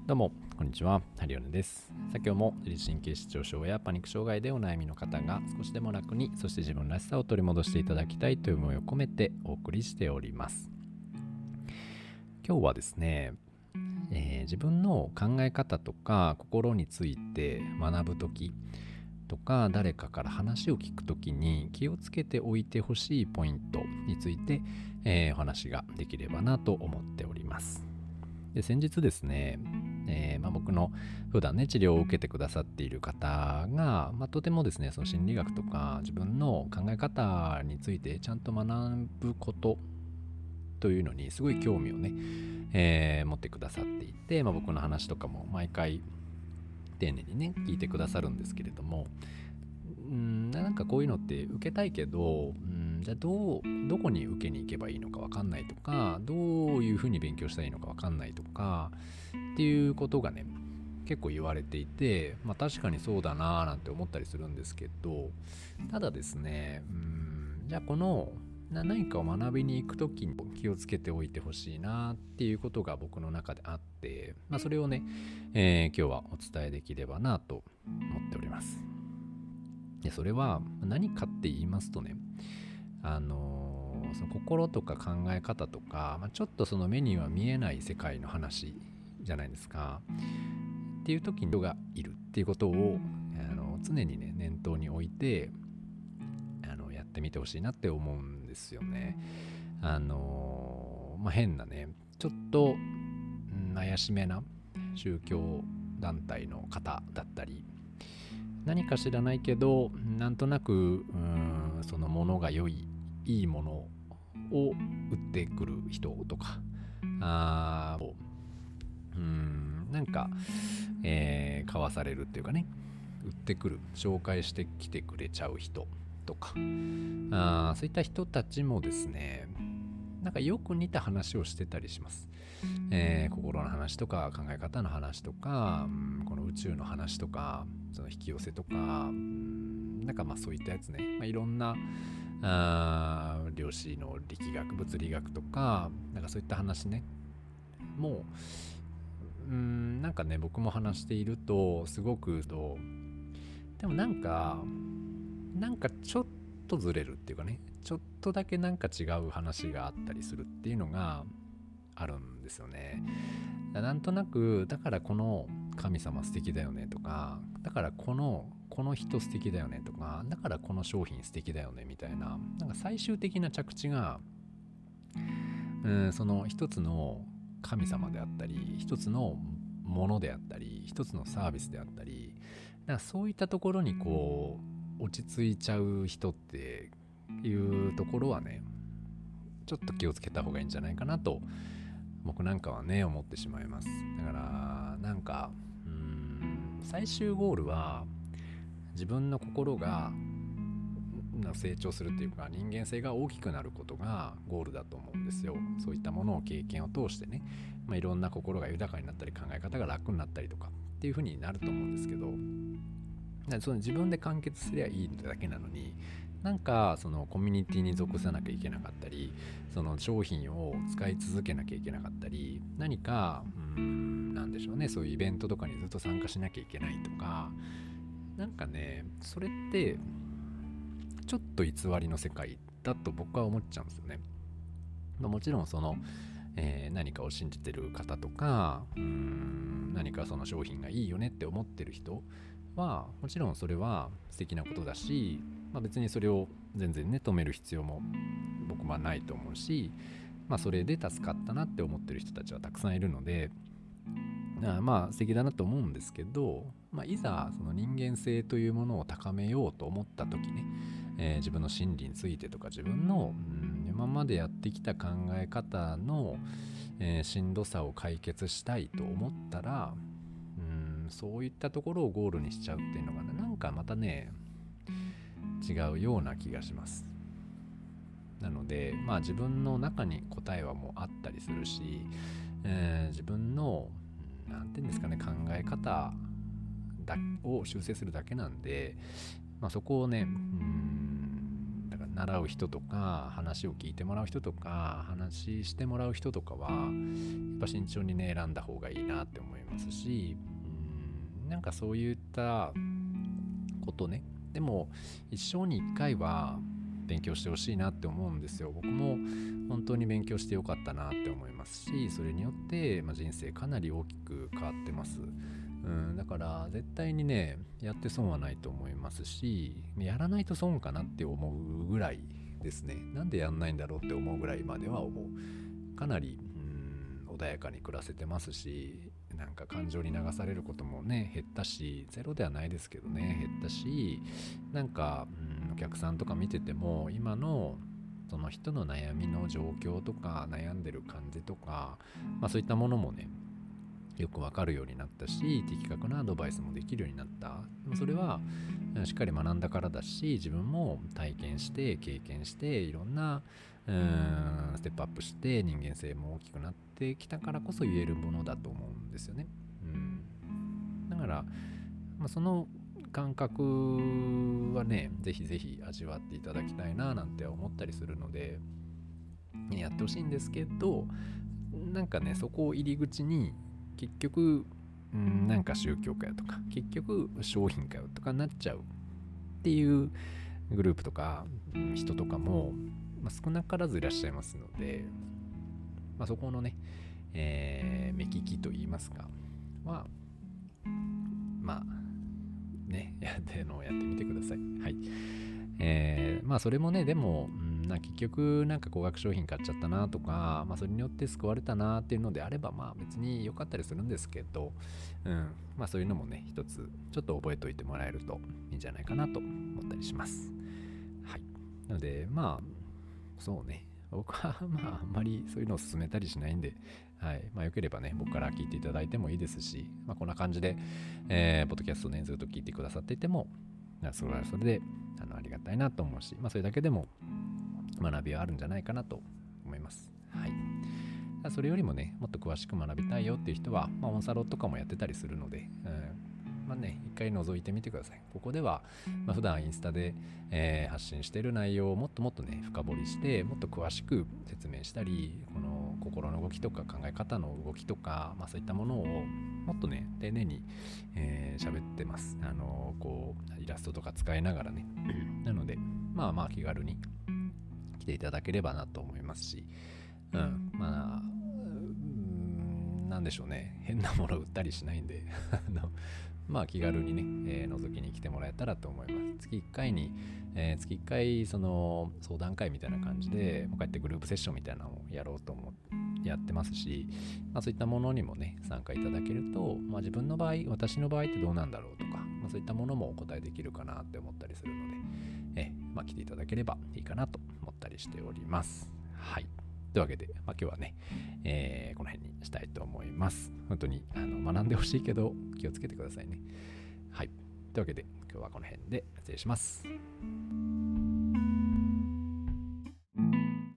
どうもこんにちは、ハリオネです。今日も自律神経失調症やパニック障害でお悩みの方が少しでも楽に、そして自分らしさを取り戻していただきたいという思いを込めてお送りしております。今日はですね、自分の考え方とか心について学ぶときとか、誰かから話を聞くときに気をつけておいてほしいポイントについて、お話ができればなと思っております。で、先日ですね、僕の普段ね治療を受けてくださっている方が、とてもですねその心理学とか自分の考え方についてちゃんと学ぶことというのにすごい興味をね、持ってくださっていて、僕の話とかも毎回丁寧にね聞いてくださるんですけれども、なんかこういうのって受けたいけど、じゃあどこに受けに行けばいいのか分かんないとか、どういうふうに勉強したらいいのか分かんないとかっていうことがね結構言われていて、確かにそうだなーなんて思ったりするんですけど、ただですね、じゃあこの何かを学びに行くときに気をつけておいてほしいなっていうことが僕の中であって、それをね、今日はお伝えできればなと思っております。で、それは何かって言いますとね、その心とか考え方とか、ちょっとその目には見えない世界の話じゃないですか。っていう時に人がいるっていうことを常にね念頭に置いてやってみてほしいなって思うんですよね。変なねちょっと怪しめな宗教団体の方だったり、何か知らないけどなんとなくそのものがいいものを売ってくる人とか、なんか、買わされるっていうかね、売ってくる紹介してきてくれちゃう人とか、そういった人たちもですね、なんかよく似た話をしてたりします。心の話とか考え方の話とか、この宇宙の話とか、その引き寄せとか、なんかそういったやつね、いろんな量子の力学、物理学とか、なんかそういった話ね、もうなんかね僕も話しているとすごくでもなんかちょっとずれるっていうかね、ちょっとだけなんか違う話があったりするっていうのがあるんですよね。なんとなくだからこの神様素敵だよねとか、だからこの人素敵だよねとか、だからこの商品素敵だよねみたいな、なんか最終的な着地がその一つの神様であったり、一つのものであったり、一つのサービスであったり、なんかそういったところにこう落ち着いちゃう人っていうところはね、ちょっと気をつけた方がいいんじゃないかなと僕なんかはね思ってしまいます。だからなんか最終ゴールは自分の心が成長するっていうか、人間性が大きくなることがゴールだと思うんですよ。そういったものを経験を通してね、いろんな心が豊かになったり考え方が楽になったりとかっていう風になると思うんですけど、その自分で完結すりゃいいだけなのに、なんかそのコミュニティに属さなきゃいけなかったり、その商品を使い続けなきゃいけなかったり、何かなんでしょうね、そういうイベントとかにずっと参加しなきゃいけないとか、なんかねそれってちょっと偽りの世界だと僕は思っちゃうんですよね。もちろんその、何かを信じてる方とか、何かその商品がいいよねって思ってる人はもちろんそれは素敵なことだし、別にそれを全然ね止める必要も僕はないと思うし、それで助かったなって思ってる人たちはたくさんいるので、素敵だなと思うんですけど、いざその人間性というものを高めようと思った時ね、自分の心理についてとか自分の、今までやってきた考え方の、しんどさを解決したいと思ったら、そういったところをゴールにしちゃうっていうのがね、なんかまたね違うような気がします。なので自分の中に答えはもうあったりするし、自分のなんていうんですかね、考え方を修正するだけなんで、そこをねだから習う人とか話を聞いてもらう人とか話してもらう人とかはやっぱ慎重にね選んだ方がいいなって思いますし、なんかそういったことね、でも一生に一回は勉強してほしいなって思うんですよ。僕も本当に勉強してよかったなって思いますし、それによって、人生かなり大きく変わってます。だから絶対にねやって損はないと思いますし、やらないと損かなって思うぐらいですね。なんでやんないんだろうって思うぐらいまでは思う。かなり穏やかに暮らせてますし、なんか感情に流されることもね減ったし、ゼロではないですけどね減ったし、なんかお客さんとか見てても今のその人の悩みの状況とか悩んでる感じとか、そういったものもねよくわかるようになったし、的確なアドバイスもできるようになった。でもそれはしっかり学んだからだし、自分も体験して経験していろんなステップアップして人間性も大きくなってきたからこそ言えるものだと思うんですよね。だから、その感覚はねぜひぜひ味わっていただきたいななんて思ったりするので、やってほしいんですけど、なんかねそこを入り口に結局なんか宗教かよとか結局商品かよとかなっちゃうっていうグループとか人とかも、少なからずいらっしゃいますので、そこのね、目利きといいますかはねやってみてください。はい。それもねでも結局なんか高額商品買っちゃったなとか、それによって救われたなっていうのであれば別に良かったりするんですけど、そういうのもね一つちょっと覚えておいてもらえるといいんじゃないかなと思ったりします。はい。なのでそうね、僕はあんまりそういうのを勧めたりしないんで、はい。よければね僕から聞いていただいてもいいですし、こんな感じで、ポッドキャストねずっと聞いてくださっていてもそれはそれでありがたいなと思うし、それだけでも学びはあるんじゃないかなと思います。はい。それよりもねもっと詳しく学びたいよっていう人は、オンサロとかもやってたりするので、一回覗いてみてください。ここでは、普段インスタで、発信している内容をもっともっとね深掘りしてもっと詳しく説明したり、この心の動きとか考え方の動きとか、そういったものをもっとね丁寧に喋ってます。イラストとか使いながらねなので気軽に来ていただければなと思いますし、なんでしょうね、変なもの売ったりしないんで気軽にね、覗きに来てもらえたらと思います。月1回その相談会みたいな感じでこうやってグループセッションみたいなのをやろうとやってますし、そういったものにもね参加いただけると、自分の場合私の場合ってどうなんだろうとか、そういったものもお答えできるかなって思ったりするので、来ていただければいいかなと思ったりしております。はい。というわけで、今日はね、この辺にしたいと思います。本当に学んでほしいけど気をつけてくださいね。はい。というわけで今日はこの辺で失礼します。